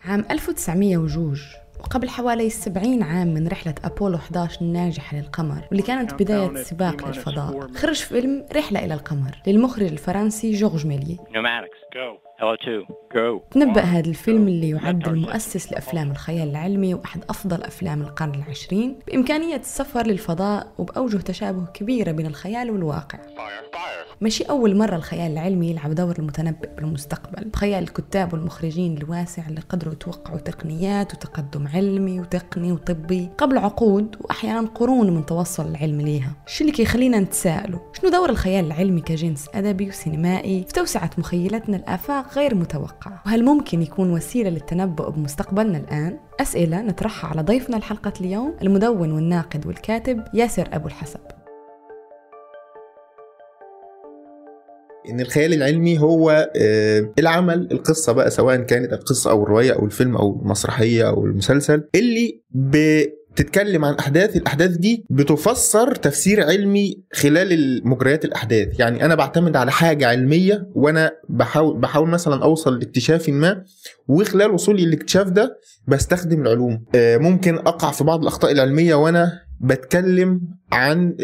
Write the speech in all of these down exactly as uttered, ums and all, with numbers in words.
عام ألف وتسعمية وواحد وقبل حوالي سبعين عام من رحلة أبولو إحدى عشر الناجحة للقمر واللي كانت بداية سباق للفضاء، خرج فيلم رحلة إلى القمر للمخرج الفرنسي جورج ميليي. تنبأ هذا الفيلم اللي يعد المؤسس لأفلام الخيال العلمي وأحد أفضل أفلام القرن العشرين بإمكانية السفر للفضاء وبأوجه تشابه كبيرة بين الخيال والواقع. ماشي أول مرة الخيال العلمي يلعب دور المتنبئ بالمستقبل بخيال الكتاب والمخرجين الواسع اللي قدروا يتوقعوا تقنيات وتقدم علمي وتقني وطبي قبل عقود وأحيانا قرون من توصل العلم ليها. شو اللي كيخلينا نتساءلوا شنو دور الخيال العلمي كجنس أدبي وسينمائي في توسعة مخيلتنا الآفاق غير متوقعة، وهل ممكن يكون وسيلة للتنبؤ بمستقبلنا الآن؟ أسئلة نطرحها على ضيفنا الحلقة اليوم المدون والناقد والكاتب ياسر أبو الحسب. إن الخيال العلمي هو العمل القصة بقى، سواء كانت القصة أو الرواية أو الفيلم أو المسرحية أو المسلسل، اللي بتتكلم عن أحداث الأحداث دي بتفسر تفسير علمي خلال مجريات الأحداث. يعني أنا بعتمد على حاجة علمية وأنا بحاول, بحاول مثلا أوصل لاكتشاف ما، وخلال وصولي للاكتشاف ده بستخدم العلوم. ممكن أقع في بعض الأخطاء العلمية وأنا بتكلم عن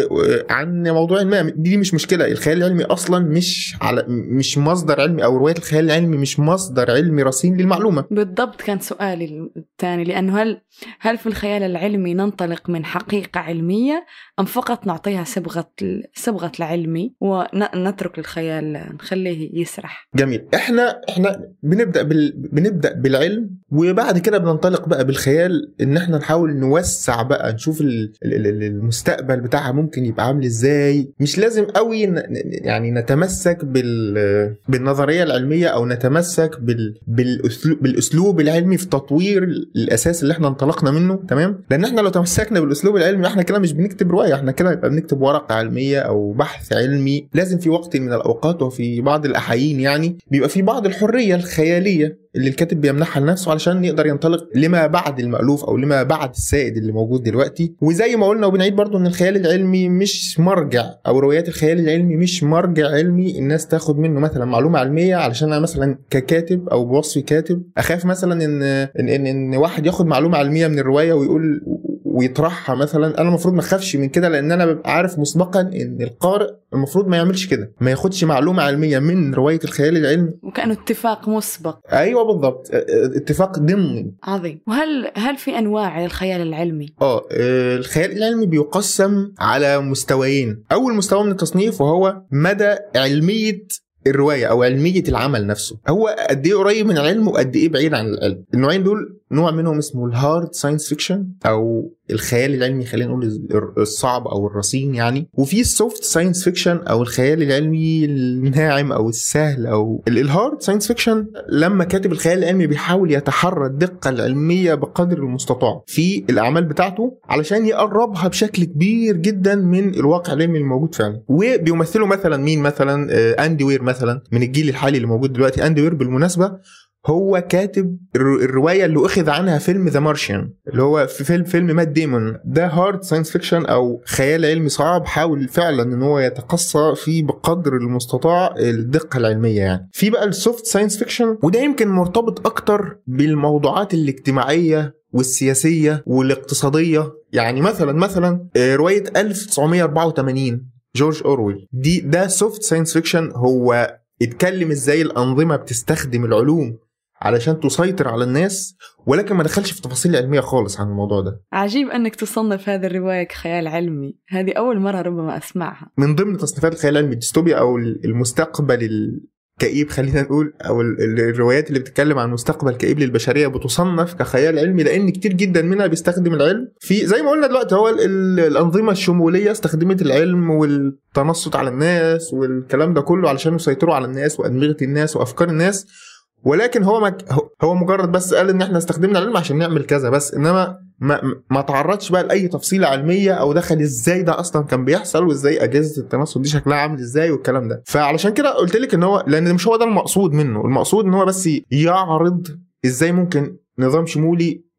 عن موضوع ما، دي مش مشكله. الخيال العلمي اصلا مش على مش مصدر علمي، او روايه الخيال العلمي مش مصدر علمي رصين للمعلومه. بالضبط، كان سؤالي الثاني، لانه هل هل في الخيال العلمي ننطلق من حقيقه علميه ام فقط نعطيها صبغه صبغه العلمي ونترك الخيال نخليه يسرح؟ جميل. احنا احنا بنبدا بال... بنبدا بالعلم، وبعد كده بننطلق بقى بالخيال، ان احنا نحاول نوسع بقى، نشوف ال... المستقبل بتاعها ممكن يبقى عامل ازاي. مش لازم قوي ن... يعني نتمسك بال... بالنظريه العلميه، او نتمسك بال... بالاسلوب بالاسلوب العلمي في تطوير الاساس اللي احنا انطلقنا منه. تمام، لان احنا لو تمسكنا بالاسلوب العلمي احنا كده مش بنكتب روايه، احنا كده يبقى بنكتب ورقه علميه او بحث علمي. لازم في وقت من الاوقات وفي بعض الاحايين يعني بيبقى في بعض الحريه الخياليه اللي الكاتب بيمنحها لنفسه علشان يقدر ينطلق لما بعد المألوف او لما بعد السائد اللي موجود دلوقتي. وزي ما قلنا وبنعيد برضو ان الخيال العلمي مش مرجع، او روايات الخيال العلمي مش مرجع علمي الناس تاخد منه مثلا معلومه علميه. علشان انا مثلا ككاتب او بوصفي كاتب اخاف مثلا ان ان ان, إن واحد ياخد معلومه علميه من الروايه ويقول ويطرحها مثلا. انا المفروض ما اخافش من كده، لان انا ببقى عارف مسبقا ان القارئ المفروض ما يعملش كده، ما ياخدش معلومه علميه من روايه الخيال العلمي وكانه اتفاق مسبق. ايوه بالضبط، اتفاق ضمني. عظيم. وهل هل في انواع للخيال العلمي؟ اه الخيال العلمي بيقسم على مستويين. اول مستوى من التصنيف وهو مدى علميه الروايه او علميه العمل نفسه، هو قد ايه قريب من العلم وقد ايه بعيد عن العلم. النوعين دول نوع منهم اسمه الهارد ساينس فيكشن او الخيال العلمي، خلينا نقول الصعب او الرصين يعني. وفي السوفت ساينس فيكشن او الخيال العلمي الناعم او السهل. او الهارد ساينس فيكشن لما كاتب الخيال العلمي بيحاول يتحرى الدقه العلميه بقدر المستطاع في الاعمال بتاعته علشان يقربها بشكل كبير جدا من الواقع العلمي الموجود فعلا. وبيمثلوا مثلا مين؟ مثلا اندي وير مثلا من الجيل الحالي اللي موجود دلوقتي. اندي وير بالمناسبه هو كاتب الرواية اللي أخذ عنها فيلم ذا مارشيان، اللي هو في فيلم فيلم مات ديمون. ده هارد ساينس فيكشن أو خيال علمي صعب، حاول فعلا إن هو يتقصى فيه بقدر المستطاع الدقة العلمية يعني. في بقى السوفت ساينس فيكشن، وده يمكن مرتبط أكتر بالموضوعات الاجتماعية والسياسية والاقتصادية. يعني مثلا مثلا رواية ألف وتسعمية وأربعة وثمانين جورج أورويل، دي ده سوفت ساينس فيكشن. هو اتكلم ازاي الأنظمة بتستخدم العلوم علشان تسيطر على الناس، ولكن ما دخلش في تفاصيل علمية خالص عن الموضوع ده. عجيب أنك تصنف هذه الرواية كخيال علمي، هذه أول مرة ربما أسمعها. من ضمن تصنيفات الخيال العلمي الديستوبيا أو المستقبل الكئيب خلينا نقول، أو الروايات اللي بتتكلم عن مستقبل كئيب للبشرية بتصنف كخيال علمي، لأن كتير جدا منها بيستخدم العلم في زي ما قلنا دلوقتي. هو الأنظمة الشمولية استخدمت العلم والتنصت على الناس والكلام ده كله علشان يسيطروا على الناس وأدمغة الناس وأفكار الناس، ولكن هو ما هو مجرد بس قال ان احنا استخدمنا العلم عشان نعمل كذا بس، انما ما ما تعرضش بقى لاي تفصيله علميه او دخل ازاي ده اصلا كان بيحصل وازاي اجهزه التنصت دي شكلها عامل ازاي والكلام ده. فعلشان كده قلت لك ان هو لان مش هو ده المقصود منه. المقصود ان هو بس يعرض ازاي ممكن نظام شمولي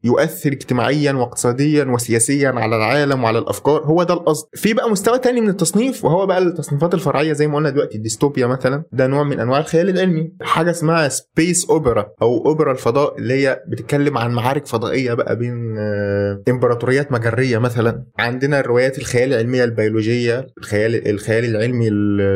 يؤثر اجتماعيا واقتصاديا وسياسيا على العالم وعلى الافكار. هو ده القصد. في بقى مستوى تاني من التصنيف وهو بقى التصنيفات الفرعيه زي ما قلنا دلوقتي. الديستوبيا مثلا ده نوع من انواع الخيال العلمي. حاجه اسمها سبيس اوبرا او اوبرا الفضاء اللي هي بتتكلم عن معارك فضائيه بقى بين امبراطوريات مجريه مثلا. عندنا الروايات الخيال العلميه البيولوجيه، الخيال الخيال العلمي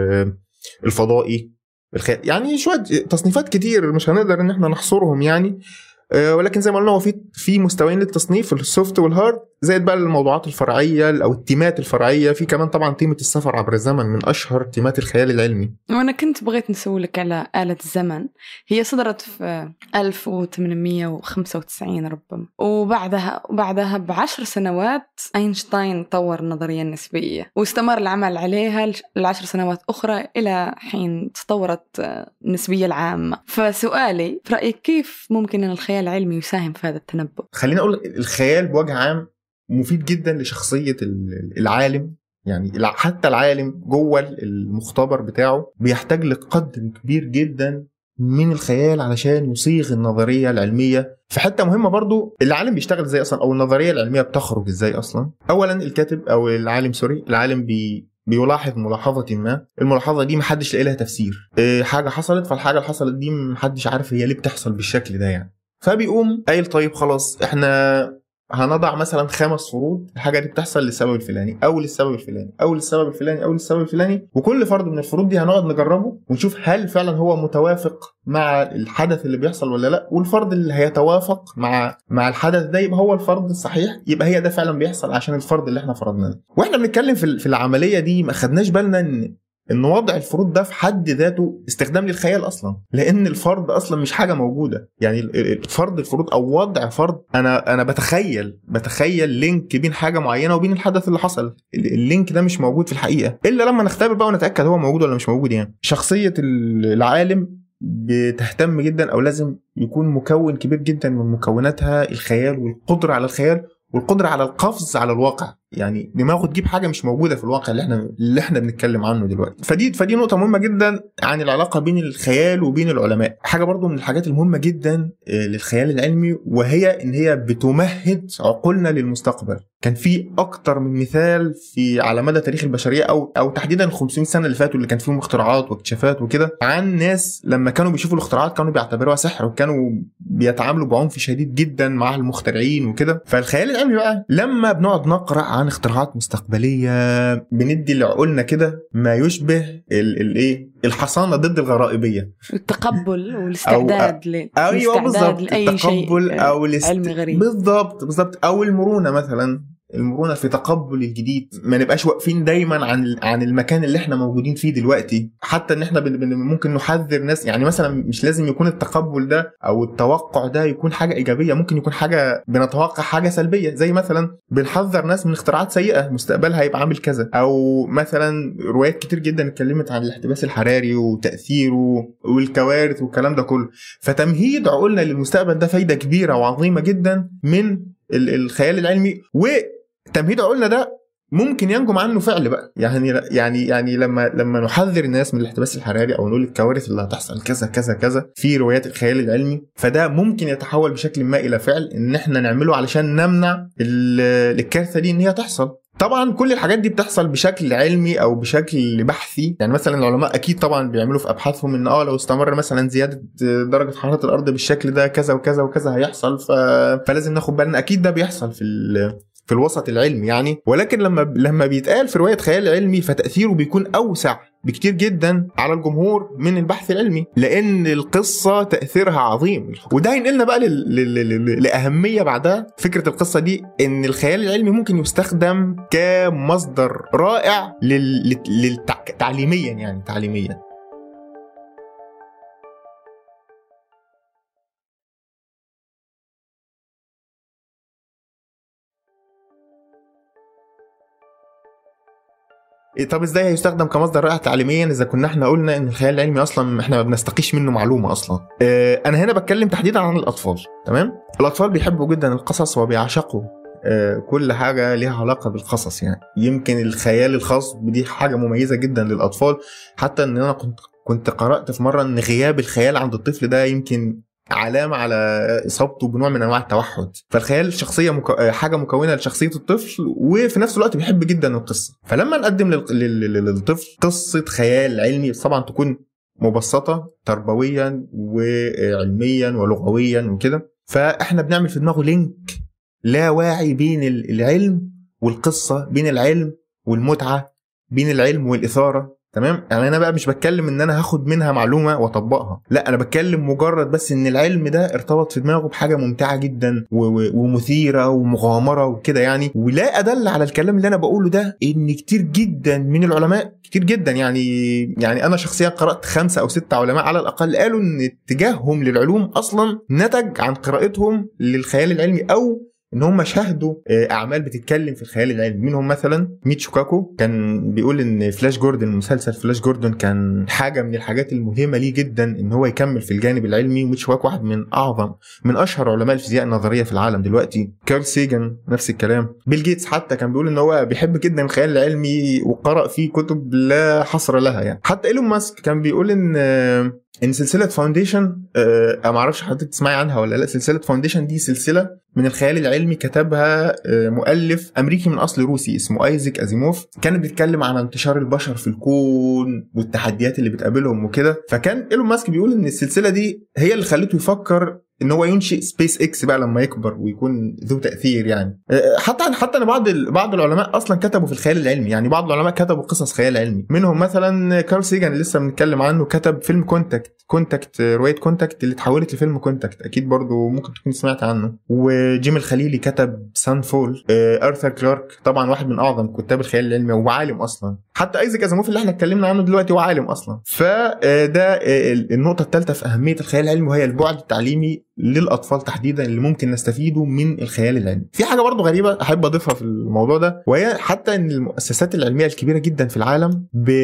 الفضائي، الخيال يعني شويه تصنيفات كتير مش هنقدر ان احنا نحصرهم يعني. ولكن زي ما قلنا هو في في مستويين للتصنيف، السوفت والهارد، زائد بقى الموضوعات الفرعيه او التيمات الفرعيه. في كمان طبعا تيمه السفر عبر الزمن من اشهر تيمات الخيال العلمي. وانا كنت بغيت نسوي لك على آلة الزمن. هي صدرت في ألف وثمانمية وخمسة وتسعين ربما، وبعدها وبعدها بعشر سنوات أينشتاين طور النظريه النسبيه واستمر العمل عليها لعشر سنوات اخرى الى حين تطورت النسبيه العامه. فسؤالي في رايك كيف ممكن ان الخيال العلمي يساهم في هذا التنبؤ؟ خلينا اقول الخيال بوجه عام مفيد جدا لشخصيه العالم. يعني حتى العالم جوه المختبر بتاعه بيحتاج لقدر كبير جدا من الخيال علشان يصيغ النظريه العلميه في حته مهمه. برضو العالم بيشتغل ازاي اصلا او النظريه العلميه بتخرج ازاي اصلا. اولا الكاتب او العالم سوري العالم بي بيلاحظ ملاحظة ما، الملاحظة دي محدش لاقي لها تفسير. إيه حاجة حصلت، فالحاجة اللي حصلت دي محدش عارف هي ليه بتحصل بالشكل ده يعني. فبيقوم قايل طيب خلاص احنا هنضع مثلا خمس فروض، الحاجة دي بتحصل للسبب الفلاني او للسبب الفلاني او للسبب الفلاني او للسبب الفلاني، وكل فرد من الفروض دي هنقعد نجربه ونشوف هل فعلا هو متوافق مع الحدث اللي بيحصل ولا لا. والفرد اللي هيتوافق مع مع الحدث ده يبقى هو الفرد الصحيح، يبقى هي ده فعلا بيحصل عشان الفرد اللي احنا فرضناه. واحنا بنتكلم في في العملية دي ما خدناش بالنا ان ان وضع الفروض ده في حد ذاته استخدام للخيال اصلا، لان الفرض اصلا مش حاجه موجوده. يعني فرض الفروض او وضع فرض، انا انا بتخيل بتخيل لينك بين حاجه معينه وبين الحدث اللي حصل. اللينك ده مش موجود في الحقيقه الا لما نختبر بقى ونتاكد هو موجود ولا مش موجود. يعني شخصيه العالم بتهتم جدا او لازم يكون مكون كبير جدا من مكوناتها الخيال والقدره على الخيال والقدره على القفز على الواقع. يعني دماغه تجيب حاجه مش موجوده في الواقع اللي احنا اللي احنا بنتكلم عنه دلوقتي. فدي فدي نقطه مهمه جدا عن العلاقه بين الخيال وبين العلماء. حاجه برضو من الحاجات المهمه جدا للخيال العلمي وهي ان هي بتمهد عقولنا للمستقبل. كان في اكتر من مثال في على مدى تاريخ البشريه او او تحديدا خمسمية سنه اللي فاتوا اللي كان فيهم اختراعات واكتشافات وكده، عن ناس لما كانوا بيشوفوا الاختراعات كانوا بيعتبروها سحر وكانوا بيتعاملوا بعنف شديد جدا مع المخترعين وكده. فالخيال العلمي بقى لما بنقعد نقرا عن اختراعات مستقبليه بندي لعقولنا كده ما يشبه الايه الحصانه ضد الغرائبيه، التقبل والاستعداد ل ايوه بالظبط لاي شيء او الاست... علمي غريب. بالظبط بالظبط او المرونه مثلا، المرونه في تقبل الجديد. ما نبقاش واقفين دايما عن عن المكان اللي احنا موجودين فيه دلوقتي. حتى ان احنا بن... ممكن نحذر ناس. يعني مثلا مش لازم يكون التقبل ده او التوقع ده يكون حاجه ايجابيه، ممكن يكون حاجه بنتوقع حاجه سلبيه. زي مثلا بنحذر ناس من اختراعات سيئه مستقبلها هيبقى عامل كذا. او مثلا روايات كتير جدا اتكلمت عن الاحتباس الحراري وتاثيره والكوارث والكلام ده كله. فتمهيد عقولنا للمستقبل ده فايده كبيره وعظيمه جدا من الخيال العلمي. وتمهيد عقولنا ده ممكن ينجم عنه فعل بقى. يعني يعني يعني لما لما نحذر الناس من الاحتباس الحراري او نقول الكوارث اللي هتحصل كذا كذا كذا في روايات الخيال العلمي، فده ممكن يتحول بشكل ما الى فعل ان احنا نعمله علشان نمنع الكارثه دي ان هي تحصل. طبعا كل الحاجات دي بتحصل بشكل علمي او بشكل بحثي. يعني مثلا العلماء اكيد طبعا بيعملوا في ابحاثهم ان اه لو استمر مثلا زياده درجه حراره الارض بالشكل ده كذا وكذا وكذا هيحصل، ف... فلازم ناخد بالنا. اكيد ده بيحصل في ال... في الوسط العلمي يعني. ولكن لما لما بيتقال في روايه خيال علمي فتاثيره بيكون اوسع بكتير جدا على الجمهور من البحث العلمي، لان القصه تاثيرها عظيم. وده هينقلنا بقى لل... لل... لاهميه بعدها فكره القصه دي، ان الخيال العلمي ممكن يستخدم كمصدر رائع لل... لل... تعليميا يعني تعليميا. طب ازاي هيستخدم كمصدر رائع تعليميا اذا كنا احنا قلنا ان الخيال العلمي اصلا احنا ما بنستقيش منه معلومه اصلا؟ اه انا هنا بتكلم تحديدا عن الاطفال. تمام، الاطفال بيحبوا جدا القصص وبيعشقوا اه كل حاجه ليها علاقه بالقصص. يعني يمكن الخيال الخاص بدي حاجه مميزه جدا للاطفال. حتى ان انا كنت كنت قرات في مره ان غياب الخيال عند الطفل ده يمكن علامه على اصابته بنوع من انواع التوحد. فالخيال شخصيه مكو... حاجه مكونه لشخصيه الطفل، وفي نفس الوقت بيحب جدا القصه. فلما نقدم لل... لل... للطفل قصه خيال علمي طبعا تكون مبسطه تربويا وعلميا ولغويا وكده، فاحنا بنعمل في دماغه لينك لا واعي بين العلم والقصه، بين العلم والمتعه، بين العلم والاثاره. تمام؟ يعني انا بقى مش بتكلم ان انا هاخد منها معلومه واطبقها، لا انا بتكلم مجرد بس ان العلم ده ارتبط في دماغه بحاجه ممتعه جدا ومثيره ومغامره وكده يعني. ولا ادل على الكلام اللي انا بقوله ده ان كتير جدا من العلماء، كتير جدا يعني يعني انا شخصيا قرات خمسه او سته علماء على الاقل قالوا ان اتجاههم للعلوم اصلا نتج عن قراءتهم للخيال العلمي، او ان هم شاهدوا اعمال بتتكلم في الخيال العلمي. منهم مثلا ميتشو كاكو كان بيقول ان فلاش جوردن، مسلسل فلاش جوردن كان حاجه من الحاجات المهمه ليه جدا ان هو يكمل في الجانب العلمي. وميتشو كاكو واحد من اعظم من اشهر علماء الفيزياء النظريه في العالم دلوقتي. كارل سيجن نفس الكلام. بيل جيتس حتى كان بيقول ان هو بيحب جدا الخيال العلمي وقرأ فيه كتب لا حصر لها يعني. حتى ايلون ماسك كان بيقول ان ان سلسله فاونديشن، أه ما اعرفش حضرتك تسمعي عنها ولا لا. سلسله فاونديشن دي سلسله من الخيال العلمي كتبها أه مؤلف امريكي من اصل روسي اسمه ايزاك ازيموف. كان بيتكلم عن انتشار البشر في الكون والتحديات اللي بتقابلهم وكده. فكان ايلون ماسك بيقول ان السلسله دي هي اللي خلته يفكر ان هو ينشئ سبيس اكس بقى لما يكبر ويكون ذو تاثير يعني. حتى حتى ان بعض بعض العلماء اصلا كتبوا في الخيال العلمي، يعني بعض العلماء كتبوا قصص خيال علمي. منهم مثلا كارل سيجن اللي لسه بنتكلم عنه، كتب فيلم كونتاكت كونتاكت روايه كونتاكت اللي اتحولت لفيلم كونتاكت، اكيد برضو ممكن تكون سمعت عنه. وجيم الخليلي كتب سان فول. ارثر كلارك طبعا واحد من اعظم كتاب الخيال العلمي وعالم اصلا. حتى ايزاك ازيموف اللي احنا اتكلمنا عنه دلوقتي هو عالم اصلا. فده النقطه الثالثه في اهميه الخيال العلمي، وهي البعد التعليمي للاطفال تحديدا اللي ممكن نستفيده من الخيال العلمي. في حاجه برضو غريبه احب اضيفها في الموضوع ده، وهي حتى ان المؤسسات العلميه الكبيره جدا في العالم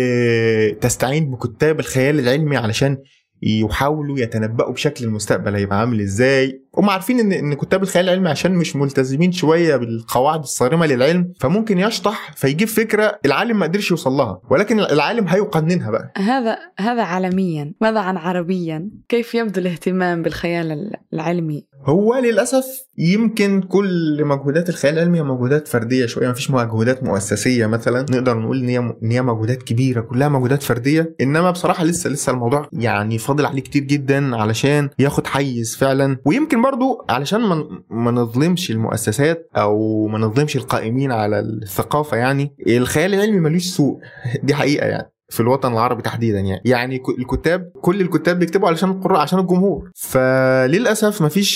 بتستعين بكتاب الخيال العلمي علشان يحاولوا يتنبؤوا بشكل المستقبل هيبقى عامل ازاي. هم عارفين ان ان كتاب الخيال العلمي عشان مش ملتزمين شويه بالقواعد الصارمه للعلم، فممكن يشطح فيجيب فكره العالم ما قدرش يوصل لها، ولكن العالم هيقننها بقى. هذا هذا عالميا. ماذا عن عربيا؟ كيف يبدو الاهتمام بالخيال العلمي؟ هو للاسف يمكن كل مجهودات الخيال العلمي هي مجهودات فرديه شويه، مفيش مجهودات مؤسسيه مثلا نقدر نقول ان هي ان هي مجهودات كبيره، كلها مجهودات فرديه. انما بصراحه لسه لسه الموضوع يعني فاضل عليه كتير جدا علشان ياخد حيز فعلا. ويمكن برضو علشان ما نظلمش المؤسسات او ما نظلمش القائمين على الثقافه، يعني الخيال العلمي ملوش سوق دي حقيقه يعني في الوطن العربي تحديدا. يعني يعني الكتاب كل الكتاب بيكتبوا علشان القراء عشان الجمهور، فللاسف مفيش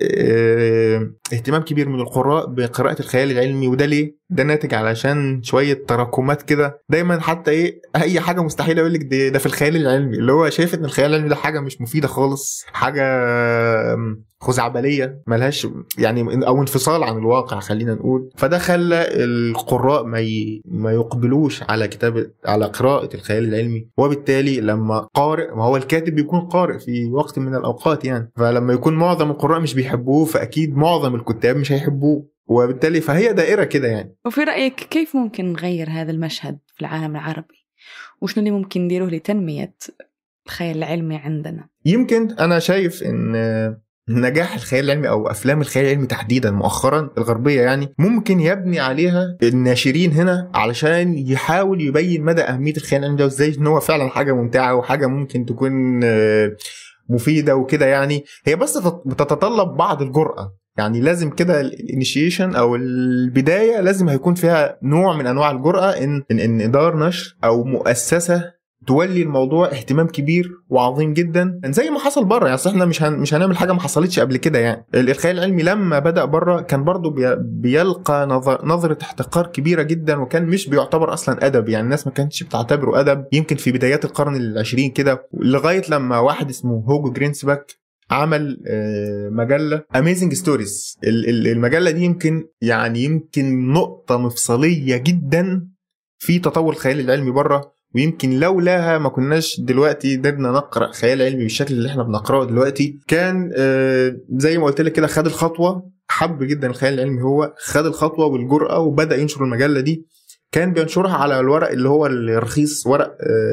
اهتمام كبير من القراء بقراءة الخيال العلمي. وده ليه؟ ده ناتج علشان شوية تراكمات كده دايما. حتى ايه اي حاجة مستحيل اقول لك ده, ده في الخيال العلمي، اللي هو شايف ان الخيال العلمي ده حاجة مش مفيدة خالص، حاجة خزعبلية ملهاش يعني او انفصال عن الواقع خلينا نقول. فده خلى القراء ما ي... ما يقبلوش على كتاب على قراءة الخيال العلمي. وبالتالي لما قارئ، ما هو الكاتب بيكون قارئ في وقت من الاوقات يعني، فلما يكون معظم القراء مش بيحبوه فاكيد معظم الكتاب مش هيحبوه، وبالتالي فهي دائرة كده يعني. وفي رأيك كيف ممكن نغير هذا المشهد في العالم العربي؟ وشنو اللي ممكن نديره لتنمية الخيال العلمي عندنا؟ يمكن أنا شايف إن نجاح الخيال العلمي أو أفلام الخيال العلمي تحديدا مؤخرا الغربية يعني ممكن يبني عليها الناشرين هنا علشان يحاول يبين مدى أهمية الخيال العلمي ده، وإزاي إن هو فعلا حاجة ممتعة وحاجة ممكن تكون مفيدة وكده يعني. هي بس بتتطلب بعض الجرأة، يعني لازم كده الانيشيشن او البدايه لازم هيكون فيها نوع من انواع الجرأه، ان ان, إن اداره نشر او مؤسسه تولي الموضوع اهتمام كبير وعظيم جدا زي ما حصل بره. يعني احنا مش هن مش هنعمل حاجه ما حصلتش قبل كده. يعني الخيال العلمي لما بدا بره كان برضو بي بيلقى نظر نظره احتقار كبيره جدا، وكان مش بيعتبر اصلا ادب. يعني الناس ما كانتش بتعتبره ادب يمكن في بدايات القرن العشرين كده، لغايه لما واحد اسمه هوجو جرينسباك عمل مجلة Amazing Stories. المجلة دي يمكن يعني يمكن نقطة مفصلية جدا في تطور الخيال العلمي بره، ويمكن لولاها ما كناش دلوقتي قدرنا نقرأ خيال علمي بالشكل اللي احنا بنقرأه دلوقتي. كان زي ما قلت لك كده خد الخطوة، حب جدا الخيال العلمي، هو خد الخطوة والجرأة وبدأ ينشر المجلة دي. كان بينشرها على الورق اللي هو الرخيص، ورق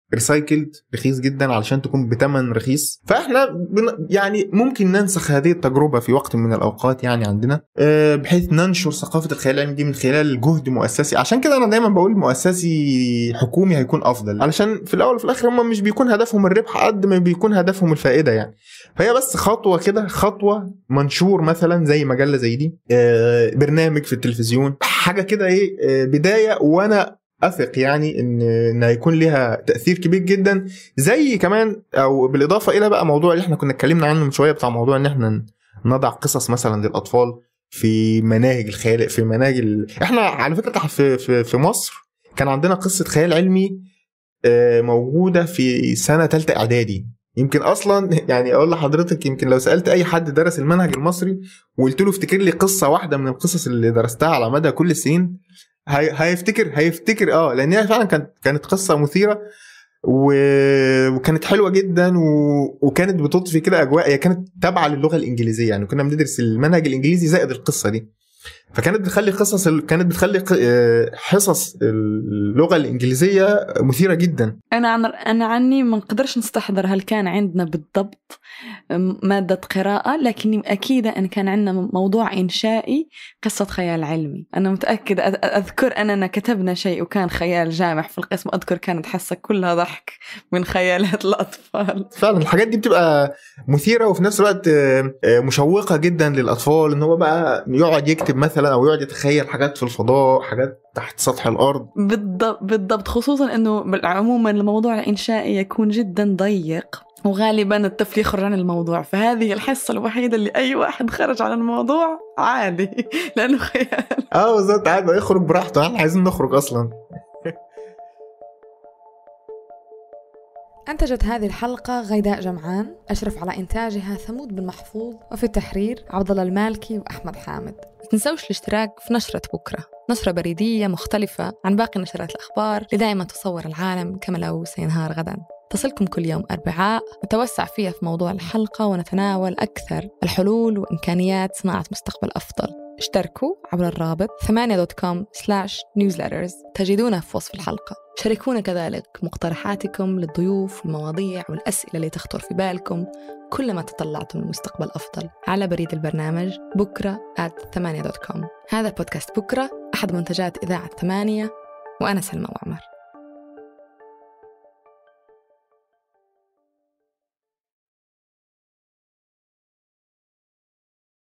ريسايكلد رخيص جدا علشان تكون بتمن رخيص. فاحنا بن يعني ممكن ننسخ هذه التجربة في وقت من الأوقات يعني عندنا، بحيث ننشر ثقافة الخيال العلمي دي من خلال جهد مؤسسي. عشان كده أنا دايما بقول مؤسسي حكومي هيكون أفضل، علشان في الأول وفي الآخر هم مش بيكون هدفهم الربح قد ما بيكون هدفهم الفائدة يعني. فهي بس خطوة كده، خطوة منشور مثلا زي مجلة زي دي، برنامج في التلفزيون، حاجة كده ايه بداية. وانا أثق يعني إن إن هيكون لها تأثير كبير جدا. زي كمان أو بالإضافة إلى بقى موضوع اللي إحنا كنا اتكلمنا عنه من شوية، بتاع موضوع إن إحنا نضع قصص مثلا للأطفال في مناهج الخيال، في مناهج ال... إحنا على فكرة في في في مصر كان عندنا قصة خيال علمي موجودة في سنة تالتة إعدادي. يمكن أصلا يعني أقول لحضرتك، يمكن لو سألت أي حد درس المنهج المصري وقلت له افتكر لي قصة واحدده من القصص اللي درستها على مدى كل السنين، هي هيفتكر هيفتكر اه لان هي فعلا كانت كانت قصه مثيره و... وكانت حلوه جدا و... وكانت بتضفي كده اجواء. هي كانت تابعه للغه الانجليزيه يعني، كنا بندرس المنهج الانجليزي زائد القصه دي، فكانت بتخلي قصص ال... كانت بتخلي حصص اللغه الانجليزيه مثيره جدا. انا عن... انا عني ما نقدرش نستحضر هل كان عندنا بالضبط ماده قراءه، لكن اكيد ان كان عندنا موضوع انشائي قصه خيال علمي. انا متاكد اذكر اننا كتبنا شيء وكان خيال جامح في القسم، اذكر كانت حصه كلها ضحك من خيالات الاطفال. فعلا الحاجات دي بتبقى مثيره وفي نفس الوقت مشوقه جدا للاطفال، ان هو بقى يقعد يكتب مثلا او يقعد يتخيل حاجات في الفضاء، حاجات تحت سطح الارض. بالضبط بالضبط، خصوصا انه عموما الموضوع الانشائي يكون جدا ضيق وغالبا الطفل يخرج عن الموضوع، فهذه الحصه الوحيده اللي اي واحد خرج عن الموضوع عادي لانه خيال. اه بالظبط، عادي يخرج براحته، احنا عايزين نخرج اصلا. أنتجت هذه الحلقة غيداء جمعان، أشرف على إنتاجها ثمود بن محفوظ، وفي التحرير عبد الله المالكي وأحمد حامد. لا تنسوش الاشتراك في نشرة بكرة، نشرة بريدية مختلفة عن باقي نشرات الأخبار لدائما تصور العالم كما لو سينهار غدا. تصلكم كل يوم أربعاء، نتوسع فيها في موضوع الحلقة ونتناول أكثر الحلول وإمكانيات صناعة مستقبل أفضل. اشتركوا عبر الرابط ثمانية دوت كوم سلاش نيوزليترز، تجدونه في وصف الحلقة. شاركونا كذلك مقترحاتكم للضيوف والمواضيع والأسئلة اللي تخطر في بالكم كلما تطلعتم لمستقبل أفضل على بريد البرنامج بكرة آت ثمانية دوت كوم. هذا بودكاست بكرة، أحد منتجات إذاعة ثمانية، وأنا سلمى وعمر.